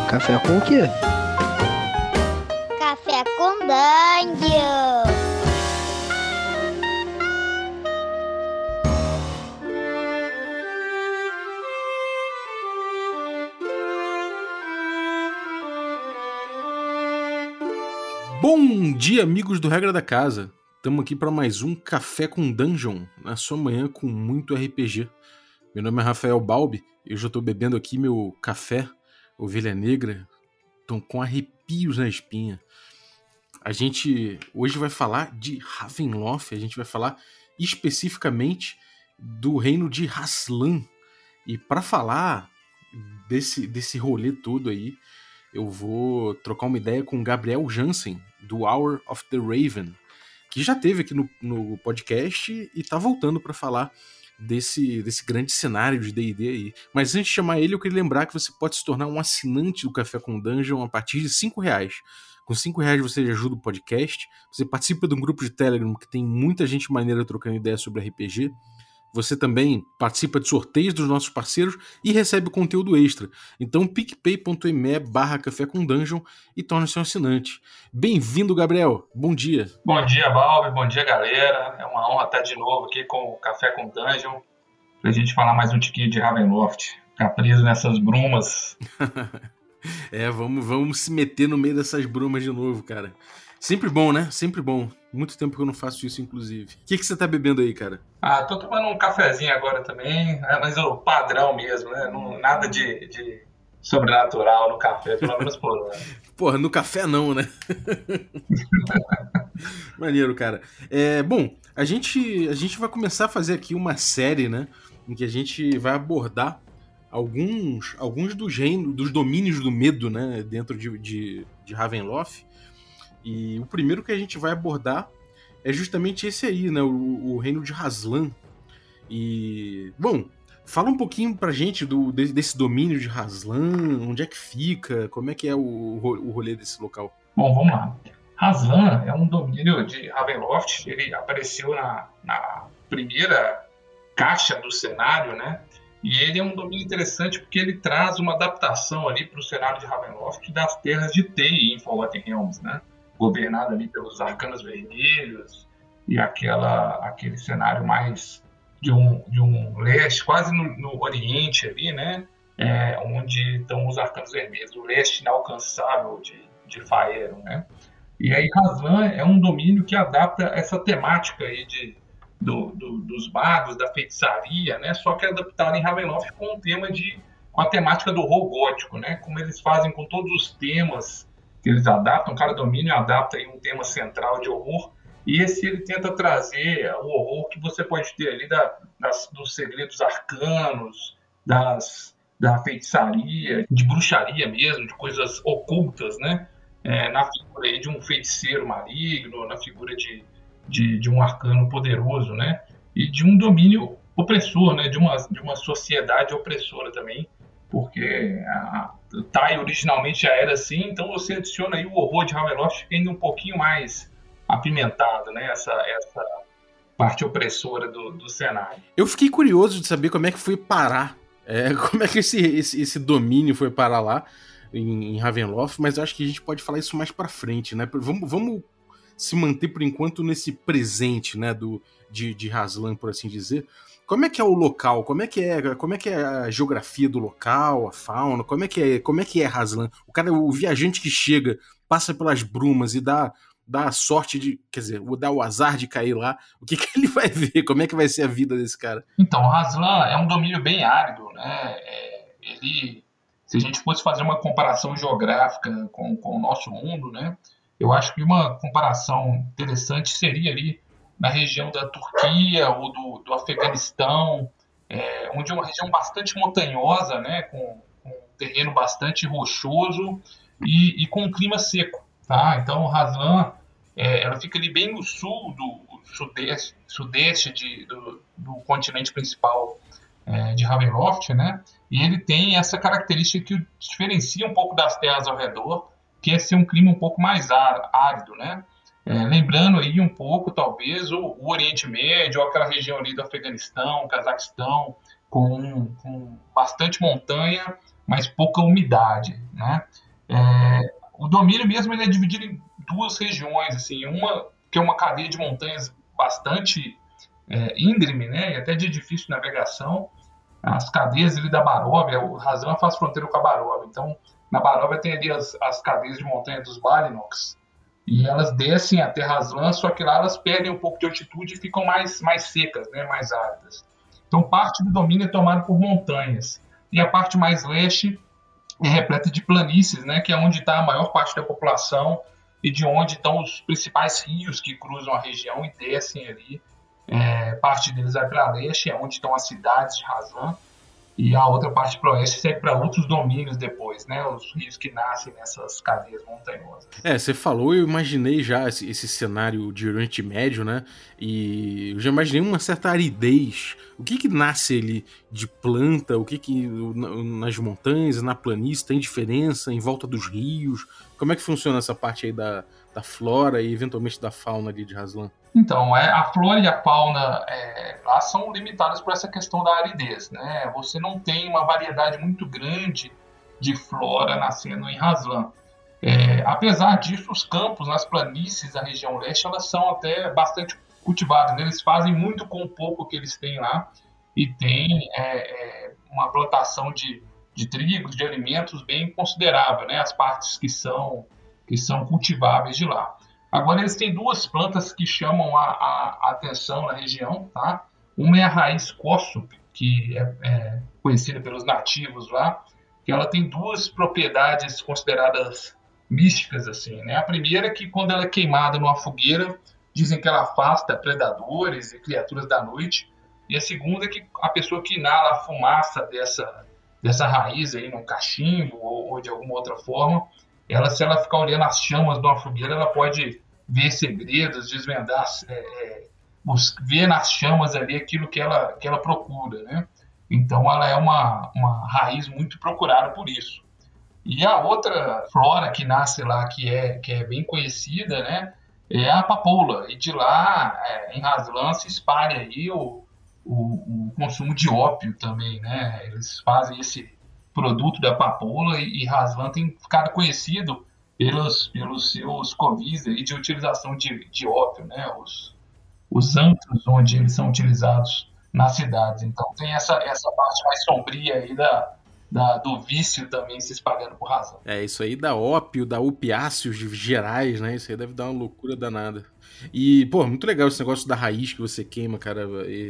Café com o quê? Café com Dungeon. Bom dia, amigos do Regra da Casa. Estamos aqui para mais um Café com Dungeon, na sua manhã com muito RPG. Meu nome é Rafael Balbi e hoje eu estou bebendo aqui meu café Ovelha Negra. Estou com arrepios na espinha. A gente hoje vai falar de Ravenloft, a gente vai falar especificamente do reino de Raslan. E para falar desse rolê todo aí, eu vou trocar uma ideia com Gabriel Jansen, do Hour of the Raven, que já esteve aqui no podcast e tá voltando para falar desse grande cenário de D&D aí. Mas antes de chamar ele, eu queria lembrar que você pode se tornar um assinante do Café com Dungeon a partir de R$5. Com R$5 você ajuda o podcast, você participa de um grupo de Telegram que tem muita gente maneira trocando ideias sobre RPG. Você também participa de sorteios dos nossos parceiros e recebe conteúdo extra. Então picpay.me/café com Dungeon e torne-se um assinante. Bem-vindo, Gabriel. Bom dia. Bom dia, Balbi. Bom dia, galera. É uma honra estar de novo aqui com o Café com Dungeon pra gente falar mais um tiquinho de Ravenloft. Ficar preso nessas brumas. Vamos se meter no meio dessas brumas de novo, cara. Sempre bom, né? Sempre bom. Muito tempo que eu não faço isso, inclusive. O que você tá bebendo aí, cara? Tô tomando um cafezinho agora também, mas o padrão mesmo, né? Nada de sobrenatural no café, pelo menos por lá. Porra, no café não, né? Maneiro, cara. Bom, a gente vai começar a fazer aqui uma série, né? Em que a gente vai abordar alguns dos domínios do medo, né? Dentro de Ravenloft. E o primeiro que a gente vai abordar é justamente esse aí, né? O reino de Raslan. E, bom, fala um pouquinho pra gente desse domínio de Raslan, onde é que fica, como é que é o rolê desse local. Bom, vamos lá. Raslan é um domínio de Ravenloft, ele apareceu na primeira caixa do cenário, né? E ele é um domínio interessante porque ele traz uma adaptação ali para o cenário de Ravenloft das terras de Tey em Forgotten Realms, né? Governada ali pelos Arcanos Vermelhos e aquele cenário mais de um leste, quase no Oriente ali, né? Onde estão os Arcanos Vermelhos, o leste inalcançável de Faerun, né? E aí Raslan é um domínio que adapta essa temática aí dos magos, da feitiçaria, né? Só que adaptado em Ravenloft com a temática do horror gótico, né? Como eles fazem com todos os temas que eles adaptam, cada domínio adapta aí um tema central de horror, e esse ele tenta trazer o horror que você pode ter ali dos segredos arcanos, da feitiçaria, de bruxaria mesmo, de coisas ocultas, né? Na figura aí de um feiticeiro maligno, na figura de um arcano poderoso, né? E de um domínio opressor, né? De uma sociedade opressora também, porque Tey originalmente já era assim, então você adiciona aí o horror de Ravenloft ainda um pouquinho mais apimentado, né? Essa parte opressora do cenário. Eu fiquei curioso de saber como é que foi parar, como é que esse domínio foi parar lá em Ravenloft, mas eu acho que a gente pode falar isso mais pra frente, né? Vamos se manter por enquanto nesse presente, né, de Raslan, por assim dizer. Como é que é o local? Como é que é a geografia do local, a fauna? Como é que é Raslan? O viajante que chega, passa pelas brumas e dá a sorte dá o azar de cair lá. O que ele vai ver? Como é que vai ser a vida desse cara? Então, Raslan é um domínio bem árido, né? Se a gente fosse fazer uma comparação geográfica com o nosso mundo, né? Eu acho que uma comparação interessante seria ali na região da Turquia ou do Afeganistão, onde é uma região bastante montanhosa, né, com um terreno bastante rochoso e com um clima seco. Tá? Então, Raslan ela fica ali bem no sul do sudeste do continente principal de Ravenloft, né? E ele tem essa característica que o diferencia um pouco das terras ao redor, que é ser um clima um pouco mais árido, né? Lembrando aí um pouco, talvez, o Oriente Médio, ou aquela região ali do Afeganistão, Cazaquistão, com bastante montanha, mas pouca umidade, né? O domínio mesmo ele é dividido em duas regiões, assim, uma que é uma cadeia de montanhas bastante íngreme, né, e até de difícil navegação. As cadeias ali da Baróvia, o Razan faz fronteira com a Baróvia, então na Baróvia tem ali as cadeias de montanha dos Balinoks, e elas descem até Razan, só que lá elas perdem um pouco de altitude e ficam mais secas, né, mais áridas. Então parte do domínio é tomado por montanhas, e a parte mais leste é repleta de planícies, né, que é onde está a maior parte da população e de onde estão os principais rios que cruzam a região e descem ali. Parte deles vai para leste, é onde estão as cidades de Razan, e a outra parte para oeste segue para outros domínios depois, né, os rios que nascem nessas cadeias montanhosas. Você falou, eu imaginei já esse cenário de Oriente Médio, né, e eu já imaginei uma certa aridez. O que nasce ali de planta, o que nas montanhas, na planície, tem diferença em volta dos rios? Como é que funciona essa parte aí da flora e eventualmente da fauna ali de Razlan? Então, a flora e a fauna lá são limitadas por essa questão da aridez, né? Você não tem uma variedade muito grande de flora nascendo em Razlan. Apesar disso, os campos nas planícies da região leste, elas são até bastante cultivados, né? Eles fazem muito com o pouco que eles têm lá e tem uma plantação de trigos, de alimentos bem considerável, né? As partes que são cultiváveis de lá. Agora, eles têm duas plantas que chamam a atenção na região, tá? Uma é a raiz Kossup, que é conhecida pelos nativos lá, que ela tem duas propriedades consideradas místicas, assim, né? A primeira é que quando ela é queimada numa fogueira, dizem que ela afasta predadores e criaturas da noite. E a segunda é que a pessoa que inala a fumaça dessa raiz aí num cachimbo ou de alguma outra forma, se ela ficar olhando as chamas de uma fogueira, ela pode ver segredos, desvendar, ver nas chamas ali aquilo que ela procura, né? Então ela é uma raiz muito procurada por isso. E a outra flora que nasce lá, que é bem conhecida, né, é a papoula. E de lá, em Razlan, se espalha aí o consumo de ópio também, né? Eles fazem esse produto da papoula e Razlan tem ficado conhecido pelos seus covis aí de utilização de ópio, né? Os antros onde eles são utilizados nas cidades. Então tem essa parte mais sombria aí do vício também se espalhando por Razlan. Isso aí dá ópio, dá opiáceos gerais, né? Isso aí deve dar uma loucura danada. E, pô, muito legal esse negócio da raiz que você queima, cara,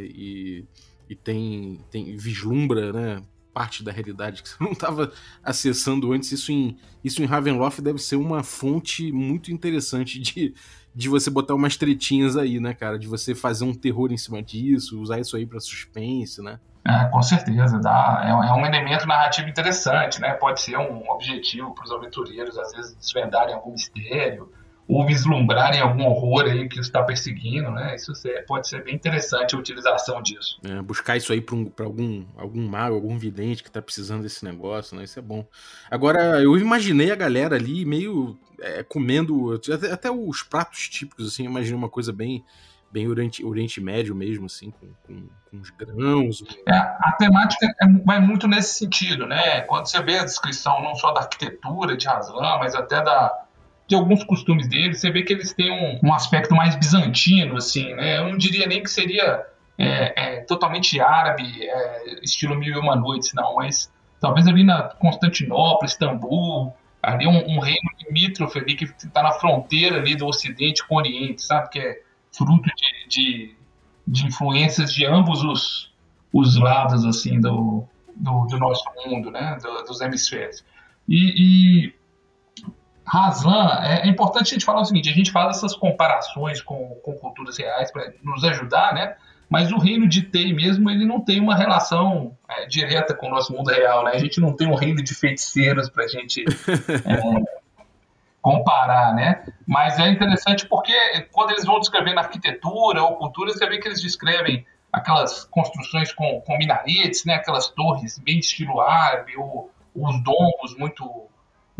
e tem vislumbra, né? Parte da realidade que você não estava acessando antes. Isso em Ravenloft deve ser uma fonte muito interessante de você botar umas tretinhas aí, né, cara? De você fazer um terror em cima disso, usar isso aí pra suspense, né? Com certeza, é um elemento narrativo interessante, né? Pode ser um objetivo para os aventureiros, às vezes, desvendarem algum mistério ou vislumbrarem algum horror aí que está perseguindo, né? Isso pode ser bem interessante a utilização disso. Buscar isso aí para algum mago, algum vidente que está precisando desse negócio, né? Isso é bom. Agora, eu imaginei a galera ali meio comendo até os pratos típicos, assim, eu imaginei uma coisa bem Oriente Médio mesmo, assim, com os grãos. A temática vai muito nesse sentido, né? Quando você vê a descrição não só da arquitetura de Razlan, mas até de alguns costumes deles, você vê que eles têm um aspecto mais bizantino, assim, né? Eu não diria nem que seria totalmente árabe, estilo Mil e Uma Noites, não, mas talvez ali na Constantinopla, Istambul, ali um reino limítrofe ali que está na fronteira ali do Ocidente com o Oriente, sabe? Que é fruto de influências de ambos os lados, assim, do nosso mundo, né? Dos hemisférios. E Razlan, é importante a gente falar o seguinte, a gente faz essas comparações com culturas reais para nos ajudar, né? Mas o reino de Tei mesmo, ele não tem uma relação direta com o nosso mundo real, né? A gente não tem um reino de feiticeiros para a gente comparar, né? Mas é interessante porque quando eles vão descrevendo arquitetura ou cultura, você vê que eles descrevem aquelas construções com minaretes, né? Aquelas torres bem estilo árabe, ou os domos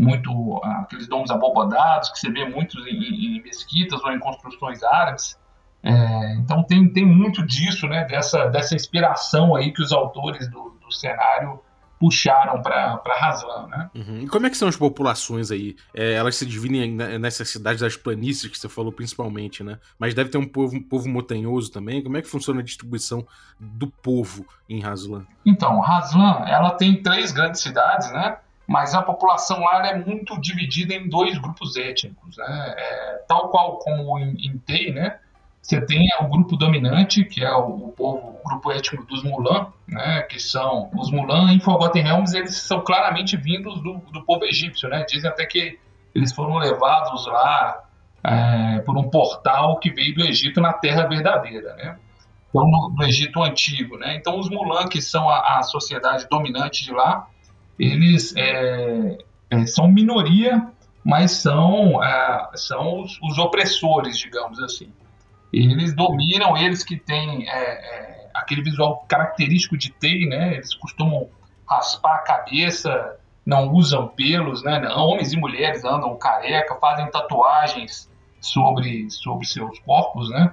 aqueles domos abobodados que você vê muitos em mesquitas ou em construções árabes. Então tem muito disso, né, dessa inspiração aí que os autores do cenário puxaram para Razlan, né? Uhum. E como é que são as populações aí? Elas se dividem nessas cidades das planícies que você falou principalmente, né? Mas deve ter um povo montanhoso também. Como é que funciona a distribuição do povo em Razlan? Então, Razlan, ela tem 3 grandes cidades, né? Mas a população lá é muito dividida em 2 grupos étnicos, né? Tal qual como em Tei, né? Você tem o grupo dominante, que é o grupo étnico dos Mulan, né? Que são os Mulan em Forgotten Realms, eles são claramente vindos do povo egípcio, né? Dizem até que eles foram levados lá por um portal que veio do Egito na Terra Verdadeira, né? Então, no Egito Antigo, né? Então, os Mulan, que são a sociedade dominante de lá, eles são minoria, mas são os opressores, digamos assim. Eles dominam, eles que têm aquele visual característico de Tei, né? Eles costumam raspar a cabeça, não usam pelos, né? Homens e mulheres andam careca, fazem tatuagens sobre seus corpos, né?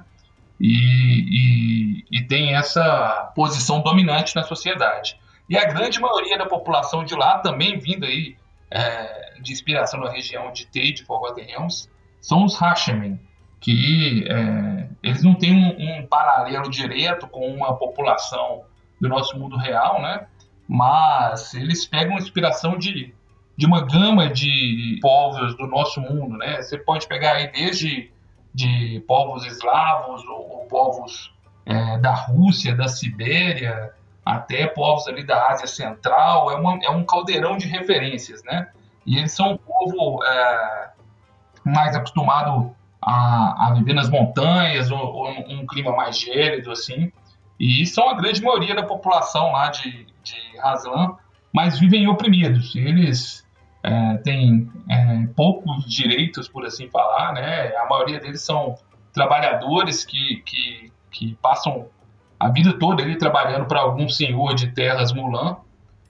E tem essa posição dominante na sociedade. E a grande maioria da população de lá, também vindo aí de inspiração na região de Tei, de Forgotten Realms, são os Hashemen, que eles não têm um paralelo direto com uma população do nosso mundo real, né? Mas eles pegam inspiração de uma gama de povos do nosso mundo, né? Você pode pegar aí desde de povos eslavos ou povos da Rússia, da Sibéria, até povos ali da Ásia Central. É um caldeirão de referências, né? E eles são um povo mais acostumado a viver nas montanhas ou um clima mais gélido, assim. E são a grande maioria da população lá de Razlan, mas vivem oprimidos. Eles têm poucos direitos, por assim falar, né? A maioria deles são trabalhadores que passam a vida toda ali trabalhando para algum senhor de terras Mulan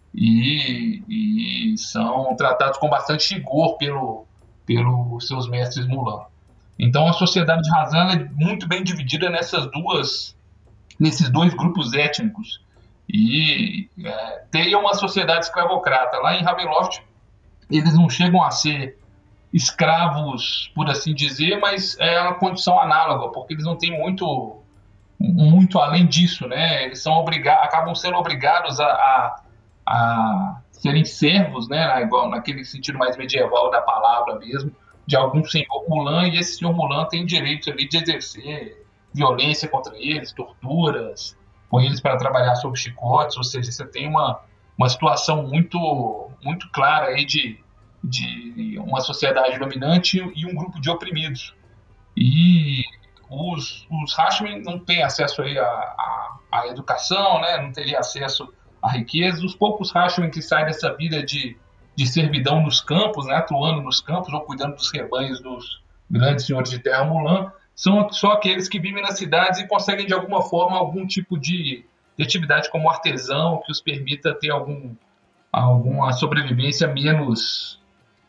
e são tratados com bastante rigor pelos seus mestres Mulan. Então a sociedade de Razan é muito bem dividida nesses 2 grupos étnicos. E tem uma sociedade escravocrata. Lá em Ravenloft, eles não chegam a ser escravos, por assim dizer, mas é uma condição análoga, porque eles não têm muito além disso, né? Eles acabam sendo obrigados a serem servos, né? Igual naquele sentido mais medieval da palavra mesmo, de algum senhor Mulan, e esse senhor Mulan tem direito ali de exercer violência contra eles, torturas, põe eles para trabalhar sob chicotes, ou seja, você tem uma situação muito, muito clara aí de uma sociedade dominante e um grupo de oprimidos. E os Hashmen não têm acesso aí à educação, né? Não teria acesso à riqueza. Os poucos Hashmen que saem dessa vida de servidão nos campos, né? Atuando nos campos ou cuidando dos rebanhos dos grandes senhores de terra Mulan, são só aqueles que vivem nas cidades e conseguem de alguma forma algum tipo de atividade como artesão que os permita ter alguma sobrevivência menos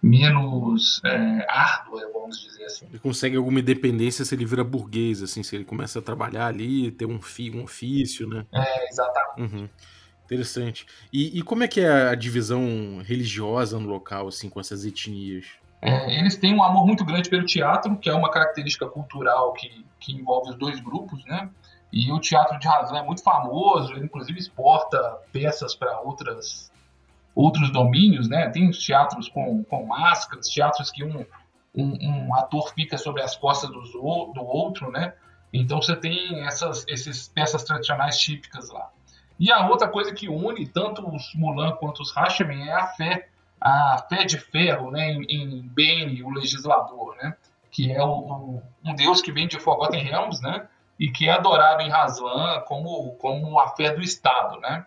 árdua, vamos dizer assim. Ele consegue alguma independência se ele vira burguês, assim, se ele começa a trabalhar ali, ter um ofício, né? Exatamente. Uhum. Interessante. E como é que é a divisão religiosa no local, assim, com essas etnias? Eles têm um amor muito grande pelo teatro, que é uma característica cultural que envolve os 2 grupos, né? E o teatro de Razan é muito famoso, ele inclusive exporta peças para outros domínios, né? Tem os teatros com máscaras, teatros que um ator fica sobre as costas do outro, né? Então você tem essas peças tradicionais típicas lá. E a outra coisa que une tanto os Mulan quanto os Hashemen é a fé de ferro, né? Em Bane, o legislador, né? Que é um deus que vem de Forgotten Realms, né? E que é adorado em Razlan como a fé do Estado, né?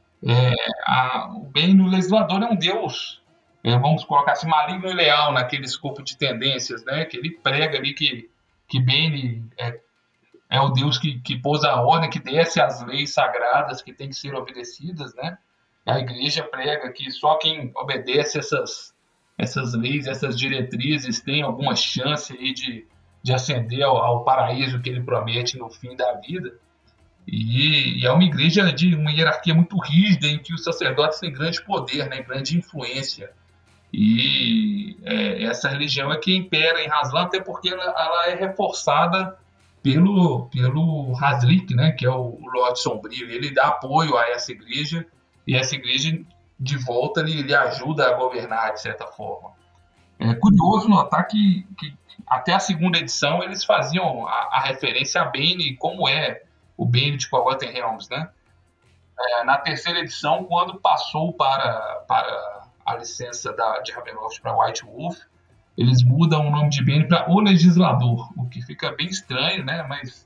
O Bane, o legislador, é um deus, vamos colocar assim, maligno e leal naquele escopo de tendências, né? Que ele prega ali que Bane é o deus que pôs a ordem, que desce as leis sagradas que têm que ser obedecidas, né? A igreja prega que só quem obedece essas leis, essas diretrizes, tem alguma chance aí de ascender ao paraíso que ele promete no fim da vida. E é uma igreja de uma hierarquia muito rígida, em que os sacerdotes têm grande poder, né, grande influência. E essa religião é que impera em Haslan, até porque ela é reforçada pelo Haslik, né, que é o Lorde Sombrio. Ele dá apoio a essa igreja, e essa igreja, de volta, lhe ajuda a governar, de certa forma. É curioso notar que até a segunda edição eles faziam a referência a Bane, como é o Bane de Forgotten Realms, né? Na terceira edição, quando passou para a licença de Ravenloft para White Wolf, eles mudam o nome de Bane para O Legislador, o que fica bem estranho, né?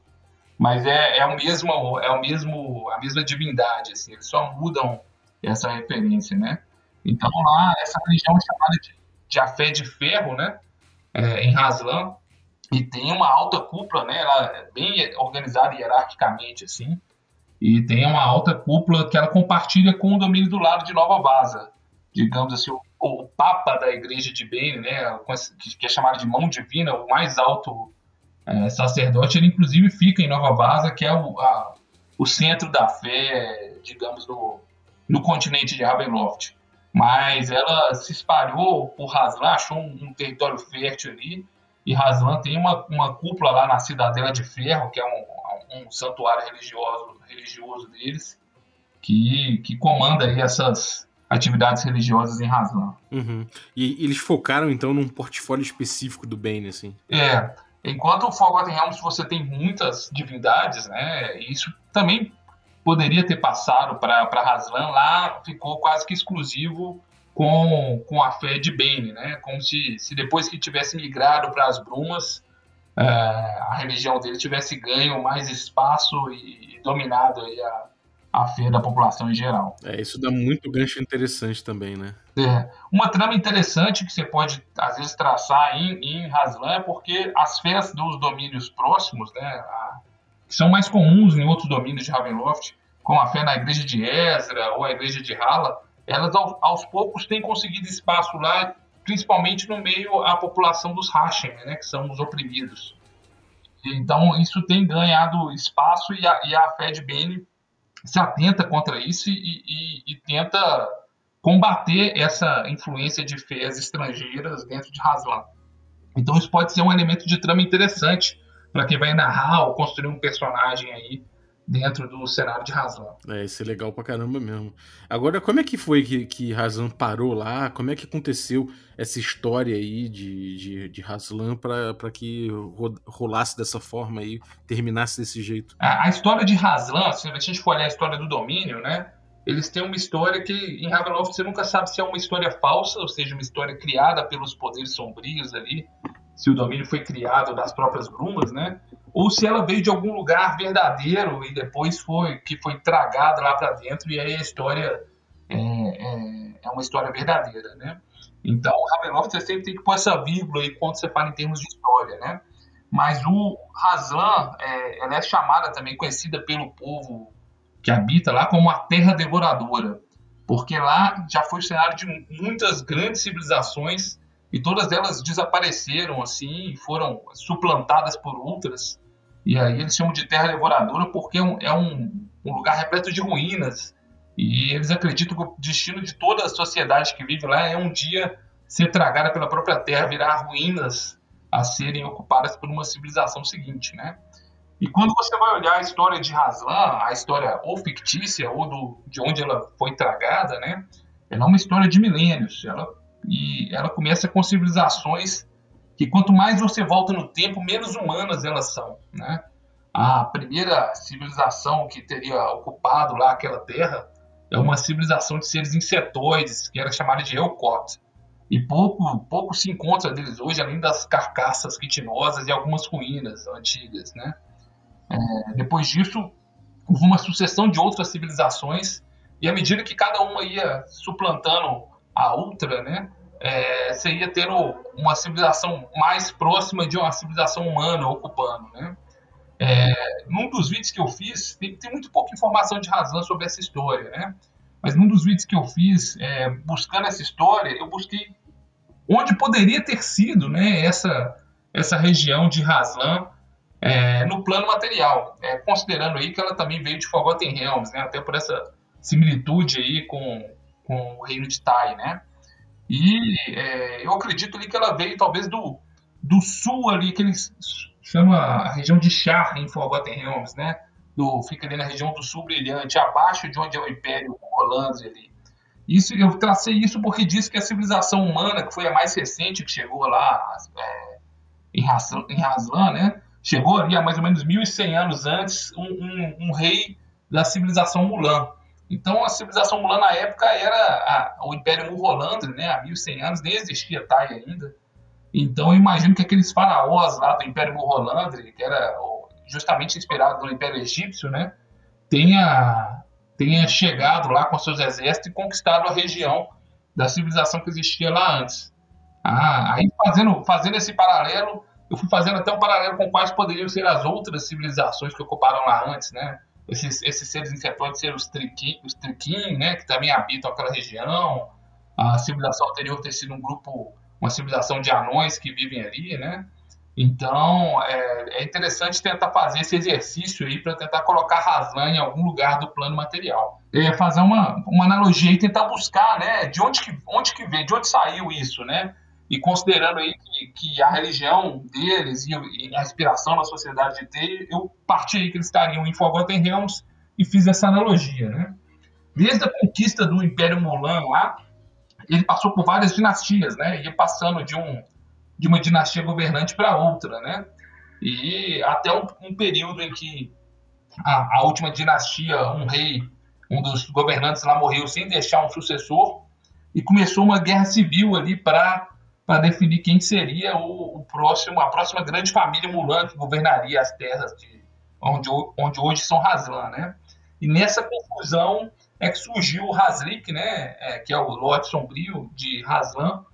Mas é a mesma divindade, assim, eles só mudam essa referência, né? Então lá, essa religião é chamada de A Fé de Ferro, né? Em Haslan, e tem uma alta cúpula, né? Ela é bem organizada hierarquicamente, assim, e tem uma alta cúpula que ela compartilha com o domínio do lado de Nova Vaza, digamos assim, o Papa da Igreja de Bane, né? Que é chamado de Mão Divina, o mais alto sacerdote, ele inclusive fica em Nova Vaza, que é o centro da fé, digamos, no continente de Ravenloft. Mas ela se espalhou por Haslan, achou um território fértil ali, e Haslan tem uma cúpula lá na Cidadela de Ferro, que é um santuário religioso deles, que comanda aí essas atividades religiosas em Haslan. Uhum. E eles focaram, então, num portfólio específico do Bane, assim. Enquanto o Forgotten Realms você tem muitas divindades, né, isso também poderia ter passado para Haslan, lá ficou quase que exclusivo com a fé de Bane, né, como se depois que tivesse migrado para as Brumas, a religião dele tivesse ganho mais espaço e dominado aí a fé da população em geral. Isso dá muito gancho interessante também, né? Uma trama interessante que você pode, às vezes, traçar em Haslan é porque as fés dos domínios próximos, né, que são mais comuns em outros domínios de Ravenloft, como a fé na igreja de Ezra ou a igreja de Hala, elas aos poucos têm conseguido espaço lá, principalmente no meio à população dos Hashem, né, que são os oprimidos. Então isso tem ganhado espaço, e a fé de Bane se atenta contra isso e tenta combater essa influência de fés estrangeiras dentro de Haslan. Então isso pode ser um elemento de trama interessante para quem vai narrar ou construir um personagem aí dentro do cenário de Haslan. Isso é legal pra caramba mesmo. Agora, como é que foi que Haslan parou lá? Como é que aconteceu essa história aí de Haslan para que rolasse dessa forma aí, terminasse desse jeito? A história de Haslan, se a gente for olhar a história do domínio, né? Eles têm uma história que em Ravenloft você nunca sabe se é uma história falsa, ou seja, uma história criada pelos poderes sombrios ali, se o domínio foi criado das próprias Brumas, né? Ou se ela veio de algum lugar verdadeiro e depois foi tragada lá para dentro, e aí a história é uma história verdadeira, né? Então, Ravenloft você sempre tem que pôr essa vírgula aí quando você fala em termos de história, né? Mas o Haslan, ela é chamada também, conhecida pelo povo que habita lá, como a Terra Devoradora, porque lá já foi o cenário de muitas grandes civilizações, e todas elas desapareceram assim e foram suplantadas por outras. E aí eles chamam de Terra Devoradora porque é um lugar repleto de ruínas, e eles acreditam que o destino de toda a sociedade que vive lá é um dia ser tragada pela própria Terra, virar ruínas a serem ocupadas por uma civilização seguinte, né? E quando você vai olhar a história de Haslan, a história ou fictícia ou de onde ela foi tragada, né? Ela é uma história de milênios. Ela começa com civilizações que, quanto mais você volta no tempo, menos humanas elas são, né? A primeira civilização que teria ocupado lá aquela terra é uma civilização de seres insetoides, que era chamada de Elcot. E pouco se encontra deles hoje, além das carcaças quitinosas e algumas ruínas antigas, né? Depois disso, houve uma sucessão de outras civilizações, e à medida que cada uma ia suplantando a outra, né, você ia tendo uma civilização mais próxima de uma civilização humana ocupando, né? Num dos vídeos que eu fiz, tem muito pouca informação de Haslan sobre essa história, né? Mas num dos vídeos que eu fiz, buscando essa história, eu busquei onde poderia ter sido, né, essa região de Haslan no plano material, considerando aí que ela também veio de Forgotten Realms, né, até por essa similitude aí com o reino de Tai, né? E eu acredito ali que ela veio talvez do sul ali, que eles chamam a região de Shar em Forgotten Realms, né? Fica ali na região do sul brilhante, abaixo de onde é o Império Holandre ali. Isso, eu tracei isso porque diz que a civilização humana, que foi a mais recente que chegou lá em Haslan, né? Chegou ali há mais ou menos 1.100 anos antes, um rei da civilização Mulan. Então, a civilização Mulan, na época, era o Império Murrolandre, né? Há 1.100 anos, nem existia Tai ainda. Então, eu imagino que aqueles faraós lá do Império Murrolandre, que era justamente inspirado no Império Egípcio, né? Tenha chegado lá com seus exércitos e conquistado a região da civilização que existia lá antes. Aí, fazendo esse paralelo, eu fui fazendo até um paralelo com quais poderiam ser as outras civilizações que ocuparam lá antes, né? Esses seres inferiores ser os Triquim, né, que também habitam aquela região. A civilização anterior ter sido uma civilização de anões que vivem ali, né? Então, é interessante tentar fazer esse exercício aí para tentar colocar Haslan em algum lugar do plano material. Fazer uma analogia e tentar buscar, né, de onde que veio, de onde saiu isso, né? E considerando aí que a religião deles e a inspiração na sociedade de Tay, eu parti aí que eles estariam em Forgotten Realms e fiz essa analogia, né? Desde a conquista do Império Mulan lá, ele passou por várias dinastias, né? Ia passando de uma dinastia governante para outra, né? E até um período em que a última dinastia, um dos governantes lá morreu sem deixar um sucessor e começou uma guerra civil ali para definir quem seria a próxima grande família Mulan que governaria as terras onde hoje são Haslan, né? E nessa confusão é que surgiu o Haslik, né? Que é o Lorde Sombrio de Haslan.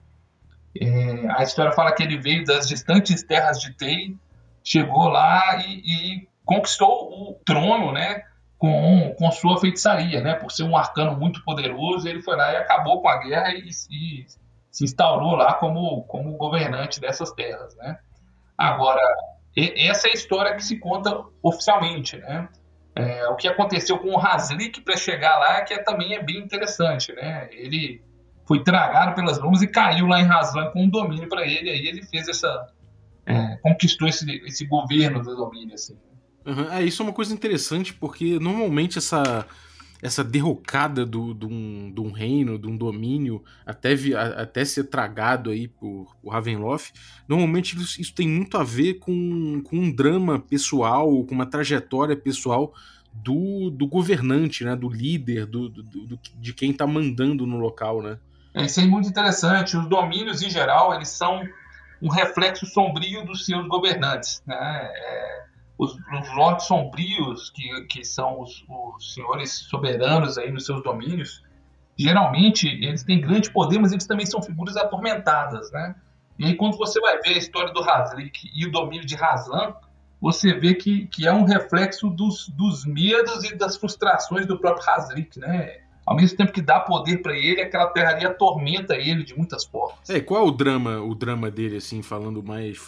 A história fala que ele veio das distantes terras de Tay, chegou lá e conquistou o trono, né? Com sua feitiçaria, né? Por ser um arcano muito poderoso, ele foi lá e acabou com a guerra e se instaurou lá como governante dessas terras, né? Agora, essa é a história que se conta oficialmente, né? O que aconteceu com o Haslik para chegar lá também é bem interessante, né? Ele foi tragado pelas lumas e caiu lá em Haslan com um domínio para ele, aí ele fez conquistou esse governo do domínio, assim. Uhum. Isso é uma coisa interessante, porque normalmente essa derrocada de um reino, de um domínio, até ser tragado aí por Ravenloft, normalmente isso tem muito a ver com um drama pessoal, com uma trajetória pessoal do governante, né, do líder, de quem tá mandando no local, né? Isso é muito interessante. Os domínios, em geral, eles são um reflexo sombrio dos seus governantes, né? Os lordes sombrios, que são os senhores soberanos aí nos seus domínios, geralmente eles têm grande poder, mas eles também são figuras atormentadas, né? E aí, quando você vai ver a história do Haslik e o domínio de Haslan, você vê que é um reflexo dos medos e das frustrações do próprio Haslik, né? Ao mesmo tempo que dá poder para ele, aquela terra ali atormenta ele de muitas formas. Qual é o drama dele, assim, falando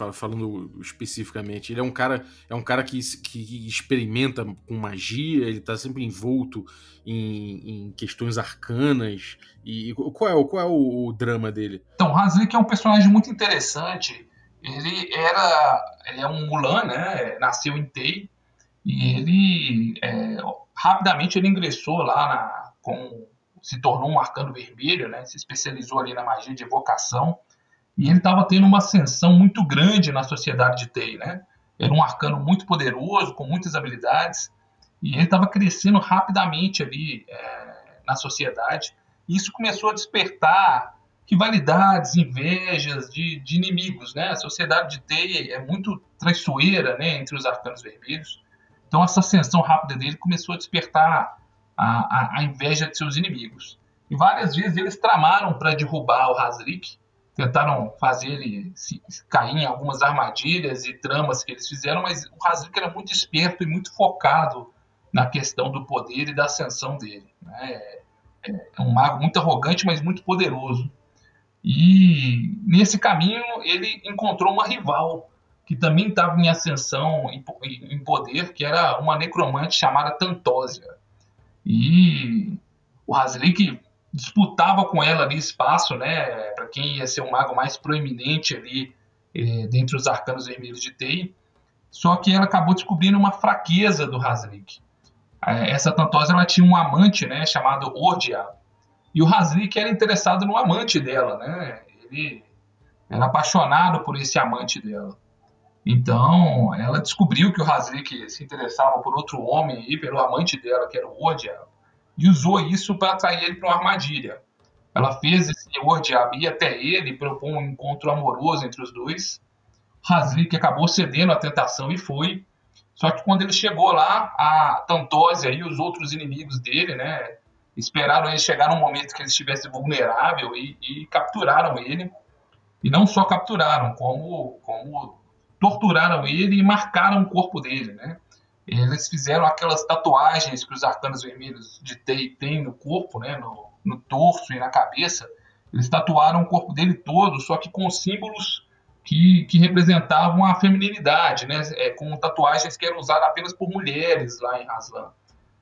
especificamente? Ele é um cara que experimenta com magia, ele tá sempre envolto em questões arcanas. E qual é o drama dele? Então, Haslik é um personagem muito interessante. Ele é um Mulan, né? Nasceu em Tay. E ele rapidamente ele ingressou lá se tornou um arcano vermelho, né? Se especializou ali na magia de evocação, e ele estava tendo uma ascensão muito grande na sociedade de Tay, né? Era um arcano muito poderoso, com muitas habilidades, e ele estava crescendo rapidamente ali na sociedade, e isso começou a despertar rivalidades, invejas de inimigos, né? A sociedade de Tay é muito traiçoeira, né, entre os arcanos vermelhos, então essa ascensão rápida dele começou a despertar a inveja de seus inimigos. E várias vezes eles tramaram para derrubar o Haslik, tentaram fazer ele cair em algumas armadilhas e tramas que eles fizeram, mas o Haslik era muito esperto e muito focado na questão do poder e da ascensão dele, né? É um mago muito arrogante, mas muito poderoso. E nesse caminho ele encontrou uma rival que também estava em ascensão, em poder, que era uma necromante chamada Tantósia. E o Haslik disputava com ela ali espaço, né, para quem ia ser o mago mais proeminente ali dentre os arcanos vermelhos de Tei. Só que ela acabou descobrindo uma fraqueza do Haslik. Essa Tantósia, ela tinha um amante, né, chamado Ordia, e o Haslik era interessado no amante dela, né? Ele era apaixonado por esse amante dela. Então, ela descobriu que o Haslik se interessava por outro homem e pelo amante dela, que era o Ordiab, e usou isso para atrair ele para uma armadilha. Ela fez esse Ordiab ir até ele e propôs um encontro amoroso entre os dois. Haslik acabou cedendo à tentação e foi. Só que quando ele chegou lá, a Tantósia e os outros inimigos dele, né, esperaram ele chegar num momento que ele estivesse vulnerável e capturaram ele. E não só capturaram, como torturaram ele e marcaram o corpo dele, né? Eles fizeram aquelas tatuagens que os arcanos vermelhos de Tei têm no corpo, né? No torso e na cabeça. Eles tatuaram o corpo dele todo, só que com símbolos que representavam a feminilidade, né? Com tatuagens que eram usadas apenas por mulheres lá em Raslan.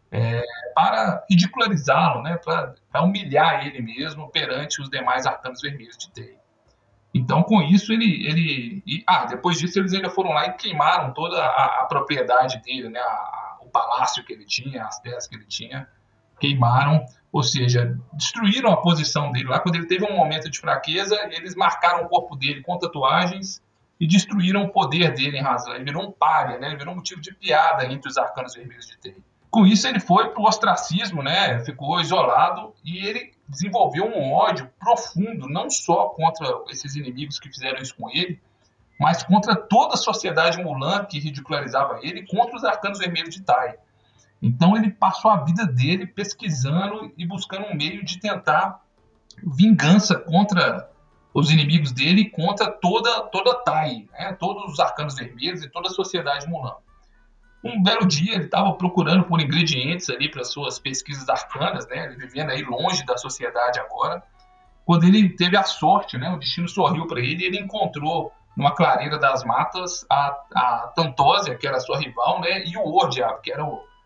Para ridicularizá-lo, né? Para humilhar ele mesmo perante os demais arcanos vermelhos de Tei. Então, com isso, depois disso, eles ainda foram lá e queimaram toda a propriedade dele, né? O palácio que ele tinha, as terras que ele tinha, queimaram, ou seja, destruíram a posição dele lá. Quando ele teve um momento de fraqueza, eles marcaram o corpo dele com tatuagens e destruíram o poder dele em Raslan. Ele virou um pária, né? Ele virou um motivo de piada entre os arcanos vermelhos de Tei. Com isso, ele foi para o ostracismo, né? Ficou isolado e ele desenvolveu um ódio profundo, não só contra esses inimigos que fizeram isso com ele, mas contra toda a sociedade Mulan que ridicularizava ele, e contra os arcanos vermelhos de Tai. Então ele passou a vida dele pesquisando e buscando um meio de tentar vingança contra os inimigos dele e contra toda Tai, né? Todos os arcanos vermelhos e toda a sociedade Mulan. Um belo dia ele estava procurando por ingredientes ali para suas pesquisas arcanas, né? Ele vivendo aí longe da sociedade agora. Quando ele teve a sorte, né? O destino sorriu para ele e ele encontrou numa clareira das matas a Tantósia, que era a sua rival, né? E o Ordiab, que era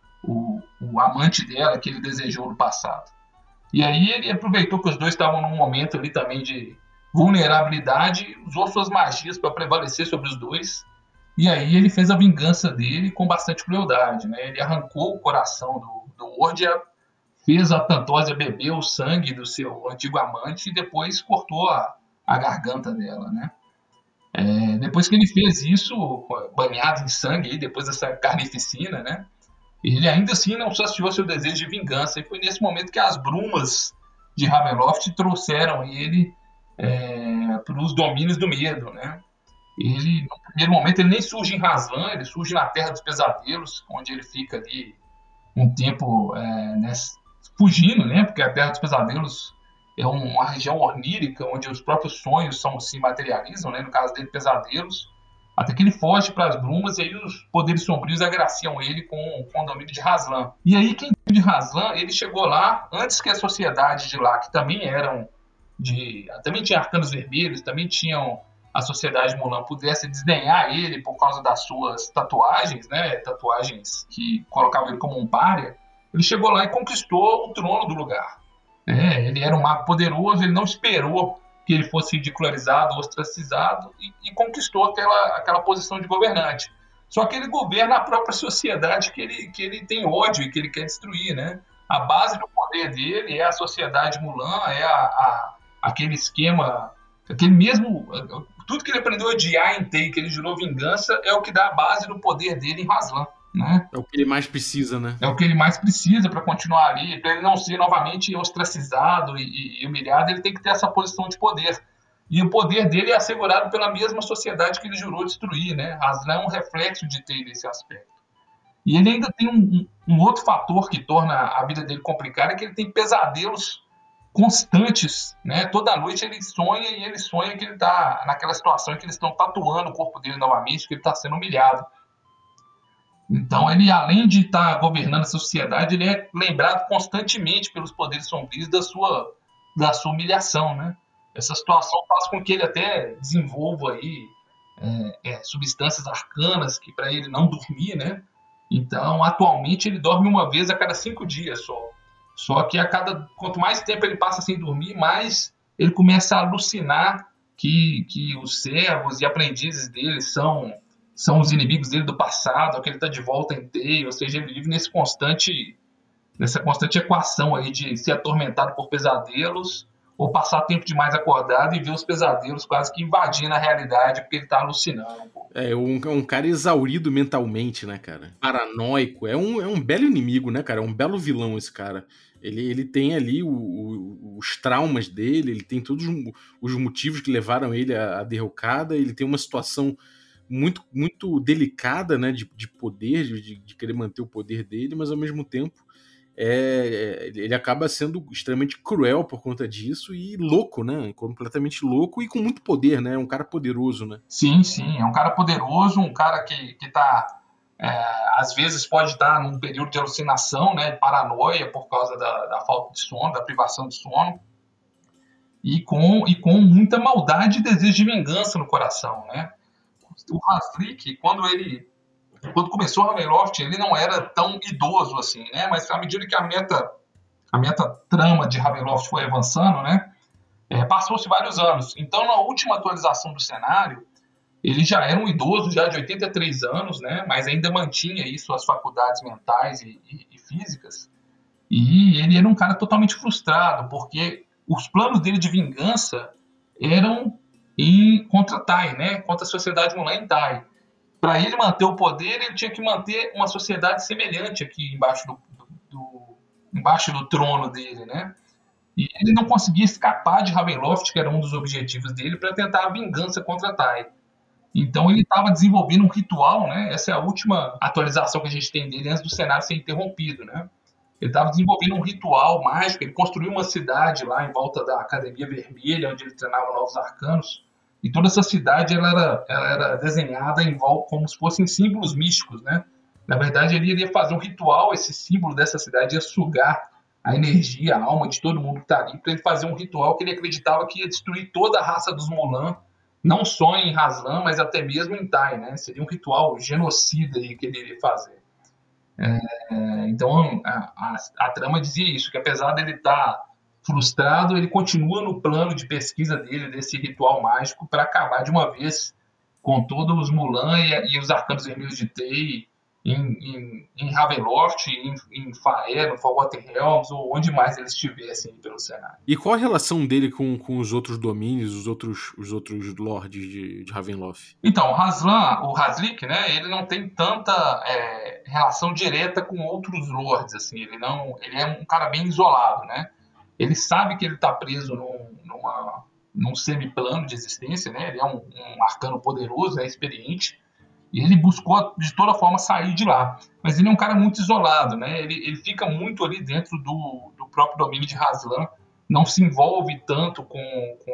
o amante dela que ele desejou no passado. E aí ele aproveitou que os dois estavam num momento ali também de vulnerabilidade e usou suas magias para prevalecer sobre os dois. E aí ele fez a vingança dele com bastante crueldade, né? Ele arrancou o coração do Ordiab, fez a Tantósia beber o sangue do seu antigo amante e depois cortou a garganta dela, né? Depois que ele fez isso, banhado em sangue, depois dessa carnificina, né? Ele ainda assim não saciou seu desejo de vingança. E foi nesse momento que as brumas de Ravenloft trouxeram ele para os domínios do medo, né? Ele, no primeiro momento, ele nem surge em Raslan, ele surge na Terra dos Pesadelos, onde ele fica ali um tempo fugindo, né? Porque a Terra dos Pesadelos é uma região ornírica, onde os próprios sonhos se materializam, né? No caso dele, pesadelos, até que ele foge para as brumas e aí os poderes sombrios agraciam ele com o domínio de Raslan. E aí, quem de Raslan, ele chegou lá antes que a sociedade de lá, que também também tinha arcanos vermelhos, também tinham a sociedade Mulan, pudesse desdenhar ele por causa das suas tatuagens, né? Tatuagens que colocavam ele como um pária. Ele chegou lá e conquistou o trono do lugar. Ele era um mago poderoso, ele não esperou que ele fosse ridicularizado, ostracizado e conquistou aquela posição de governante. Só que ele governa a própria sociedade que ele tem ódio e que ele quer destruir, né? A base do poder dele é a sociedade Mulan, aquele esquema, aquele mesmo... Tudo que ele aprendeu a odiar em Tei, que ele jurou vingança, é o que dá a base do poder dele em Raslan, né? É o que ele mais precisa, né? É o que ele mais precisa para continuar ali, para ele não ser novamente ostracizado e humilhado, ele tem que ter essa posição de poder. E o poder dele é assegurado pela mesma sociedade que ele jurou destruir, né? Raslan é um reflexo de Tei nesse aspecto. E ele ainda tem um outro fator que torna a vida dele complicada, é que ele tem pesadelos constantes, né? Toda noite ele sonha que ele está naquela situação em que eles estão tatuando o corpo dele novamente, que ele está sendo humilhado. Então ele, além de estar governando a sociedade, ele é lembrado constantemente pelos poderes sombrios da sua humilhação, né? Essa situação faz com que ele até desenvolva aí substâncias arcanas que para ele não dormir, né? Então, atualmente, ele dorme uma vez a cada 5 dias só. Só que quanto mais tempo ele passa sem dormir, mais ele começa a alucinar que os servos e aprendizes dele são os inimigos dele do passado, que ele está de volta em teia, ou seja, ele vive nessa constante equação aí de ser atormentado por pesadelos ou passar tempo demais acordado e ver os pesadelos quase que invadindo a realidade porque ele está alucinando. É um cara exaurido mentalmente, né, cara? Paranoico. É um belo inimigo, né, cara? É um belo vilão esse cara. Ele tem ali os traumas dele, ele tem todos os motivos que levaram ele à derrocada, ele tem uma situação muito, muito delicada, né, de poder, de querer manter o poder dele, mas ao mesmo tempo ele acaba sendo extremamente cruel por conta disso e louco, né? Completamente louco e com muito poder, né? É um cara poderoso, né? Sim, é um cara poderoso, um cara que tá, às vezes pode estar num período de alucinação, né? Paranoia por causa da falta de sono, da privação de sono e com muita maldade e desejo de vingança no coração, né? O Haslick, quando começou o Ravenloft, ele não era tão idoso assim, né? Mas à medida que a meta trama de Ravenloft foi avançando, né? Passou-se vários anos. Então, na última atualização do cenário, ele já era um idoso, já de 83 anos, né? Mas ainda mantinha aí suas faculdades mentais e físicas. E ele era um cara totalmente frustrado, porque os planos dele de vingança eram contra Tai, né? Contra a sociedade Mulan em Tai. Para ele manter o poder, ele tinha que manter uma sociedade semelhante aqui embaixo do trono dele, né? E ele não conseguia escapar de Ravenloft, que era um dos objetivos dele, para tentar a vingança contra Tai. Então ele estava desenvolvendo um ritual, né? Essa é a última atualização que a gente tem dele antes do cenário ser interrompido, né? Ele estava desenvolvendo um ritual mágico, ele construiu uma cidade lá em volta da Academia Vermelha, onde ele treinava novos arcanos. E toda essa cidade ela era desenhada em volta como se fossem símbolos místicos, né? Na verdade, ele iria fazer um ritual, esse símbolo dessa cidade ia sugar a energia, a alma de todo mundo que está ali, para ele fazer um ritual que ele acreditava que ia destruir toda a raça dos Mulan, não só em Haslan, mas até mesmo em Tai, né? Seria um ritual genocida aí que ele iria fazer. Então, a trama dizia isso, que apesar dele estar frustrado, ele continua no plano de pesquisa dele, desse ritual mágico, para acabar de uma vez com todos os Mulan e os Arcanos Vermelhos de Tei em Ravenloft, em Faer, no Forgotten Realms, ou onde mais eles estivessem pelo cenário. E qual a relação dele com os outros domínios, os outros lords de Ravenloft? Então, o Haslick, né, ele não tem tanta relação direta com outros lords, assim, ele é um cara bem isolado, né? Ele sabe que ele está preso num semiplano de existência, né? Ele é um arcano poderoso, experiente, e ele buscou de toda forma sair de lá. Mas ele é um cara muito isolado, né? Ele fica muito ali dentro do próprio domínio de Haslan, não se envolve tanto com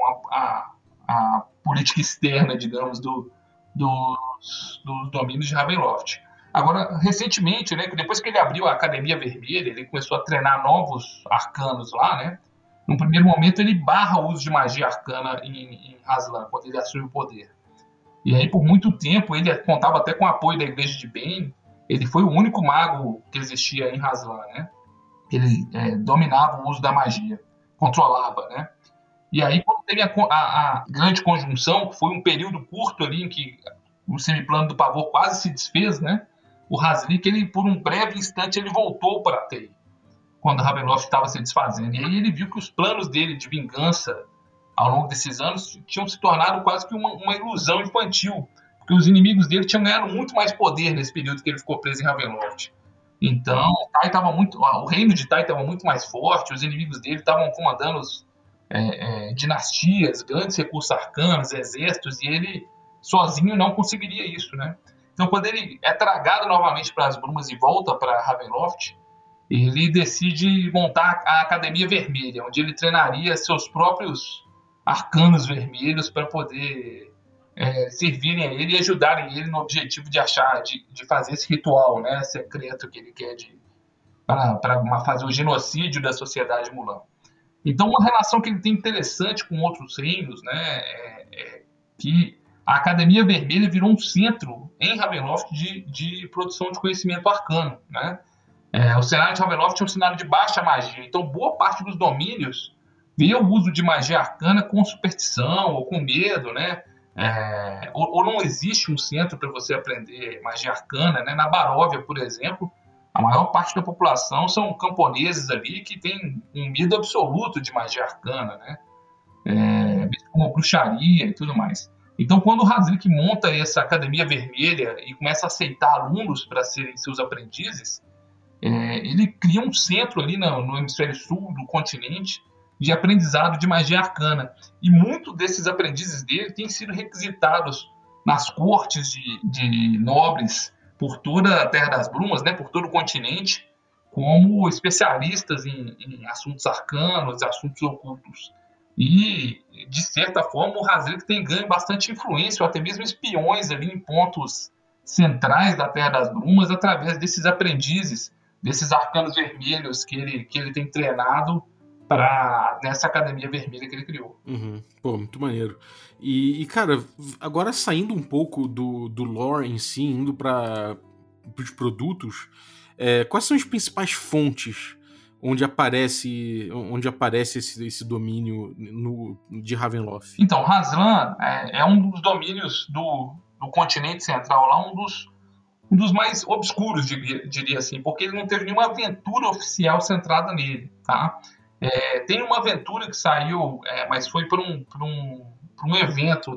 a política externa, digamos, dos domínios de Ravenloft. Agora, recentemente, né, depois que ele abriu a Academia Vermelha, ele começou a treinar novos arcanos lá, né? No primeiro momento, ele barra o uso de magia arcana em Haslan, quando ele assume o poder. E aí, por muito tempo, ele contava até com o apoio da Igreja de Bane. Ele foi o único mago que existia em Haslan, né? Ele dominava o uso da magia, controlava, né? E aí, quando teve a grande conjunção, que foi um período curto ali em que o semiplano do pavor quase se desfez, né? O Haslick, ele, por um breve instante, ele voltou para a Tei, quando Ravenloft estava se desfazendo. E aí ele viu que os planos dele de vingança ao longo desses anos tinham se tornado quase que uma ilusão infantil, porque os inimigos dele tinham ganhado muito mais poder nesse período que ele ficou preso em Ravenloft. Então, o reino de Tai estava muito mais forte, os inimigos dele estavam comandando dinastias, grandes recursos arcanos, exércitos, e ele sozinho não conseguiria isso, né? Então, quando ele é tragado novamente para as brumas e volta para Ravenloft, ele decide montar a Academia Vermelha, onde ele treinaria seus próprios arcanos vermelhos para poder servirem a ele e ajudarem ele no objetivo de fazer esse ritual, né, secreto que ele quer para fazer o genocídio da sociedade Mulan. Então, uma relação que ele tem interessante com outros reinos, né, que a Academia Vermelha virou um centro em Ravenloft de produção de conhecimento arcano, né? O cenário de Ravenloft é um cenário de baixa magia, então boa parte dos domínios vê o uso de magia arcana com superstição ou com medo, né? Ou não existe um centro para você aprender magia arcana, né? Na Baróvia, por exemplo, a maior parte da população são camponeses ali que têm um medo absoluto de magia arcana, né? Como bruxaria e tudo mais. Então, quando o Hazlitt monta essa Academia Vermelha e começa a aceitar alunos para serem seus aprendizes, ele cria um centro ali no hemisfério sul do continente de aprendizado de magia arcana. E muitos desses aprendizes dele têm sido requisitados nas cortes de nobres por toda a Terra das Brumas, né, por todo o continente, como especialistas em assuntos arcanos, assuntos ocultos. E, de certa forma, o Hazlitt tem ganho bastante influência, ou até mesmo espiões ali em pontos centrais da Terra das Brumas, através desses aprendizes, desses arcanos vermelhos que ele tem treinado nessa Academia Vermelha que ele criou. Uhum. Pô, muito maneiro. E, cara, agora saindo um pouco do lore em si, indo para os produtos, quais são as principais fontes onde aparece esse domínio de Ravenloft? Então, Razlan é um dos domínios do continente central lá, um dos mais obscuros, diria assim, porque ele não teve nenhuma aventura oficial centrada nele, tá? Tem uma aventura que saiu, mas foi por um evento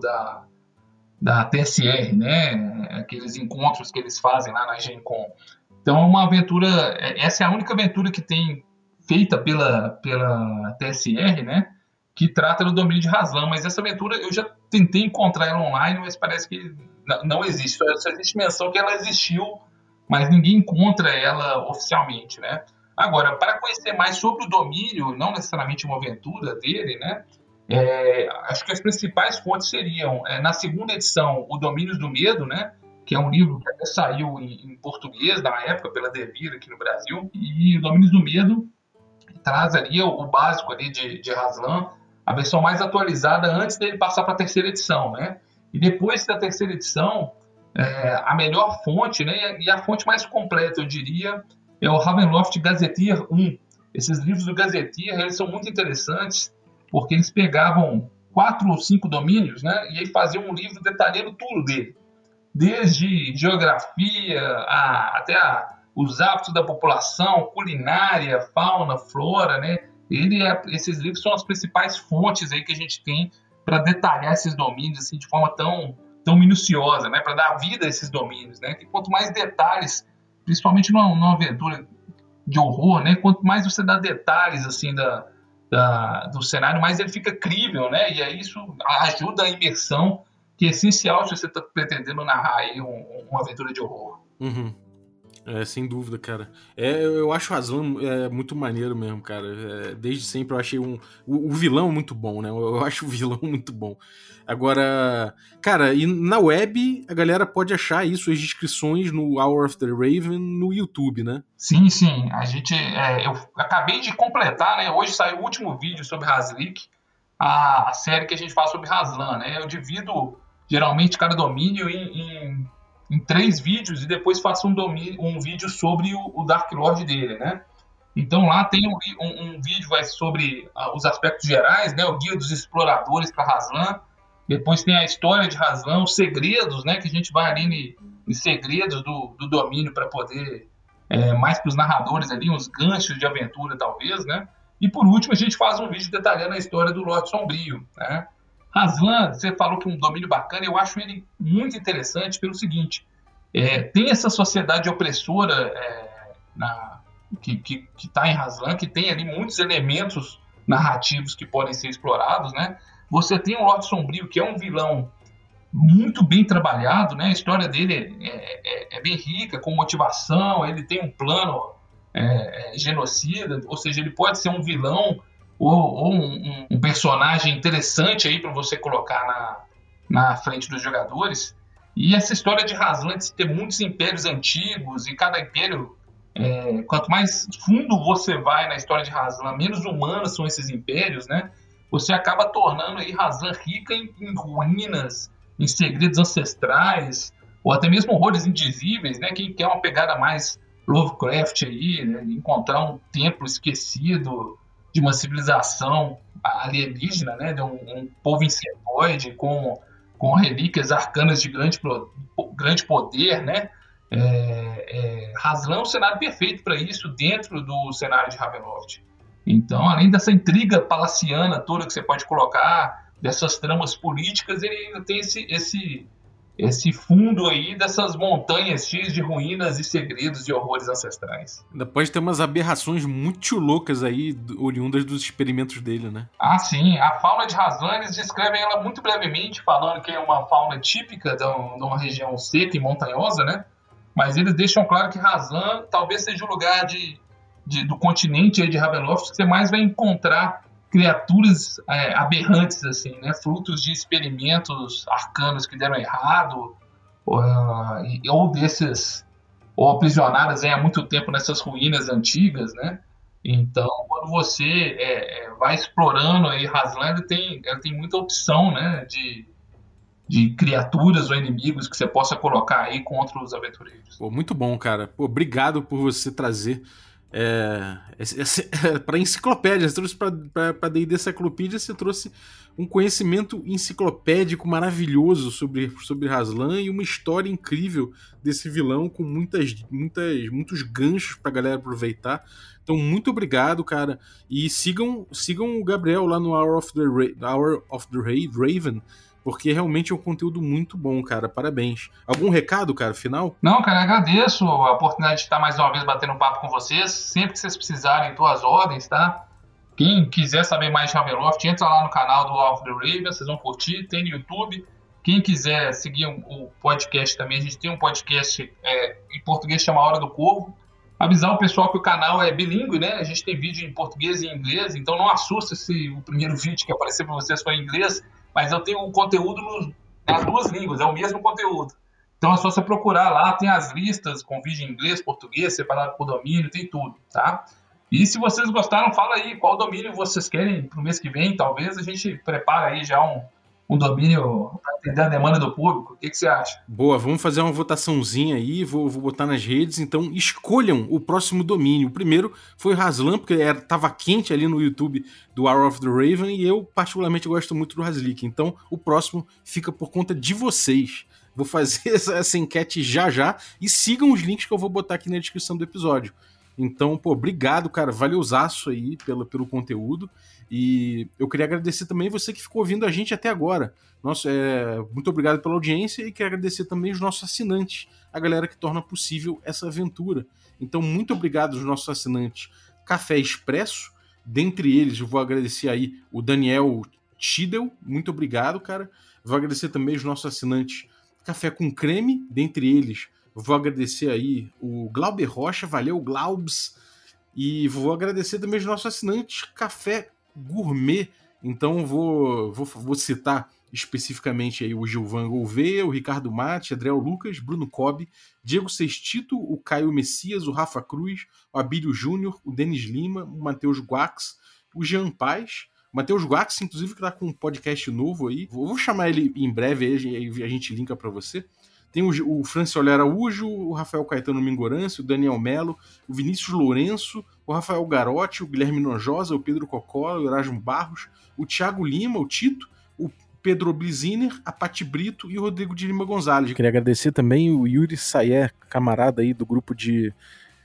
da TSR, né? Aqueles encontros que eles fazem lá na Gen Con. Então, é uma aventura, essa é a única aventura que tem feita pela TSR, né? Que trata do domínio de Razlan, mas essa aventura eu já tentei encontrar ela online, mas parece que não existe. Só existe menção que ela existiu, mas ninguém encontra ela oficialmente, né? Agora, para conhecer mais sobre o domínio, não necessariamente uma aventura dele, né? Acho que as principais fontes seriam, na segunda edição, O Domínios do Medo, né? Que é um livro que até saiu em português na época pela Devir aqui no Brasil, e O Domínios do Medo traz ali o básico ali de Razlan, a versão mais atualizada antes dele passar para a terceira edição, né? E depois da terceira edição, a melhor fonte, né? E a fonte mais completa, eu diria, é o Ravenloft Gazetteer 1. Esses livros do Gazetteer, eles são muito interessantes, porque eles pegavam 4 ou 5 domínios, né? E aí faziam um livro detalhando tudo dele. Desde geografia até os hábitos da população, culinária, fauna, flora, né? Esses livros são as principais fontes aí que a gente tem para detalhar esses domínios assim, de forma tão minuciosa, né? Para dar vida a esses domínios, né? Que quanto mais detalhes, principalmente numa aventura de horror, né? Quanto mais você dá detalhes assim do cenário, mais ele fica crível, né? E aí isso ajuda a imersão, que é essencial se você está pretendendo narrar aí uma aventura de horror. Uhum. Sem dúvida, cara. Eu acho o Razlan muito maneiro mesmo, cara. Desde sempre eu achei o vilão muito bom, né? Eu acho o vilão muito bom. Agora, cara, e na web a galera pode achar aí suas descrições no Hour of the Raven no YouTube, né? Sim. Eu acabei de completar, né? Hoje saiu o último vídeo sobre Hazlitt, a série que a gente fala sobre Razlan, né? Eu divido geralmente cada domínio em 3 vídeos e depois faço um vídeo sobre o Dark Lord dele, né? Então lá tem um vídeo sobre os aspectos gerais, né? O Guia dos Exploradores para Razlan. Depois tem a história de Razlan, os segredos, né? Que a gente vai ali em segredos do domínio para poder, mais para os narradores ali, uns ganchos de aventura talvez, né? E por último a gente faz um vídeo detalhando a história do Lorde Sombrio, né? Razlan, você falou que é um domínio bacana, eu acho ele muito interessante pelo seguinte, tem essa sociedade opressora que está em Razlan, que tem ali muitos elementos narrativos que podem ser explorados, né? Você tem o Lorde Sombrio, que é um vilão muito bem trabalhado, né? A história dele é bem rica, com motivação, ele tem um plano genocida, ou seja, ele pode ser um vilão ou um personagem interessante aí para você colocar na frente dos jogadores. E essa história de Razlan de ter muitos impérios antigos e cada império, quanto mais fundo você vai na história de Razlan, menos humanos são esses impérios, né? Você acaba tornando aí Razlan rica em ruínas, em segredos ancestrais, ou até mesmo horrores indizíveis, né? Quem quer uma pegada mais Lovecraft aí, né? Encontrar um templo esquecido de uma civilização alienígena, né? De um povo insetoide com relíquias arcanas de grande poder, né? Raslan é um cenário perfeito para isso dentro do cenário de Ravenloft. Então, além dessa intriga palaciana toda que você pode colocar, dessas tramas políticas, ele ainda tem esse fundo aí dessas montanhas cheias de ruínas e segredos e horrores ancestrais. Ainda pode ter umas aberrações muito loucas aí, oriundas dos experimentos dele, né? Ah, sim. A fauna de Raslan, eles descrevem ela muito brevemente, falando que é uma fauna típica de uma região seca e montanhosa, né? Mas eles deixam claro que Raslan talvez seja o lugar do continente aí de Ravenloft que você mais vai encontrar criaturas aberrantes, assim, né? Frutos de experimentos arcanos que deram errado, ou aprisionadas há muito tempo nessas ruínas antigas, né? Então, quando você vai explorando aí Raslan, ela tem muita opção, né? De criaturas ou inimigos que você possa colocar aí contra os aventureiros. Pô, muito bom, cara. Pô, obrigado por você trazer para enciclopédia. Você trouxe para D&D Cyclopedia, você trouxe um conhecimento enciclopédico maravilhoso sobre Raslan e uma história incrível desse vilão com muitos ganchos pra galera aproveitar. Então, muito obrigado, cara. E sigam o Gabriel lá no Hour of the Raven, porque realmente é um conteúdo muito bom, cara. Parabéns. Algum recado, cara, final? Não, cara, eu agradeço a oportunidade de estar mais uma vez batendo um papo com vocês. Sempre que vocês precisarem, tô às ordens, tá? Quem quiser saber mais de Ravenloft, entra lá no canal do Hour of the Raven, vocês vão curtir, tem no YouTube. Quem quiser seguir o podcast também, a gente tem um podcast em português, chama Hora do Corvo. Avisar o pessoal que o canal é bilíngue, né? A gente tem vídeo em português e em inglês, então não assusta se o primeiro vídeo que aparecer para vocês for em inglês, mas eu tenho um conteúdo nas duas línguas, é o mesmo conteúdo. Então é só você procurar lá, tem as listas com vídeo em inglês, português, separado por domínio, tem tudo, tá? E se vocês gostaram, fala aí qual domínio vocês querem pro mês que vem, talvez a gente prepara aí já um domínio para atender a demanda do público. O que você acha? Boa, vamos fazer uma votaçãozinha aí, vou botar nas redes, então escolham o próximo domínio. O primeiro foi Raslan, porque estava quente ali no YouTube do Hour of the Raven, e eu particularmente gosto muito do Haslik, então o próximo fica por conta de vocês. Vou fazer essa enquete já, e sigam os links que eu vou botar aqui na descrição do episódio. Então, pô, obrigado, cara, valeuzaço aí pelo conteúdo. E eu queria agradecer também você que ficou ouvindo a gente até agora. Nossa, muito obrigado pela audiência e quero agradecer também os nossos assinantes, a galera que torna possível essa aventura. Então, muito obrigado aos nossos assinantes Café Expresso. Dentre eles, eu vou agradecer aí o Daniel Tidel, muito obrigado, cara. Vou agradecer também os nossos assinantes Café com Creme, dentre eles vou agradecer aí o Glauber Rocha, valeu Glaubs, e vou agradecer também os nossos assinantes Café Gourmet. Então vou citar especificamente aí o Gilvan Gouveia, o Ricardo Mate, Adriel Lucas, Bruno Cobb, Diego Sextito, o Caio Messias, o Rafa Cruz, o Abílio Júnior, o Denis Lima, o Matheus Guax, o Jean Paz, o Matheus Guax, inclusive, que tá com um podcast novo aí. Vou chamar ele em breve, aí a gente linka para você. Tem o Francioli Araújo, o Rafael Caetano Mingorance, o Daniel Melo, o Vinícius Lourenço, o Rafael Garotti, o Guilherme Nojosa, o Pedro Cocó, o Erasmo Barros, o Thiago Lima, o Tito, o Pedro Bliziner, a Pati Brito e o Rodrigo de Lima Gonzalez. Queria agradecer também o Yuri Sayer, camarada aí do grupo de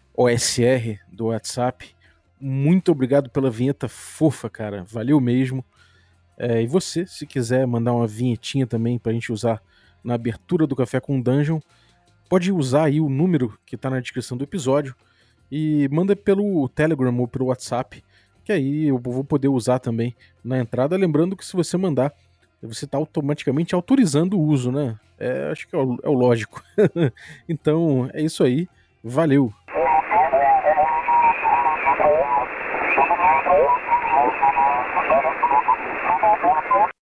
OSR do WhatsApp. Muito obrigado pela vinheta fofa, cara. Valeu mesmo. E você, se quiser mandar uma vinhetinha também pra gente usar na abertura do Café com Dungeon, pode usar aí o número que tá na descrição do episódio e manda pelo Telegram ou pelo WhatsApp, que aí eu vou poder usar também na entrada. Lembrando que se você mandar, você tá automaticamente autorizando o uso, né? Acho que é o lógico. Então, é isso aí. Valeu!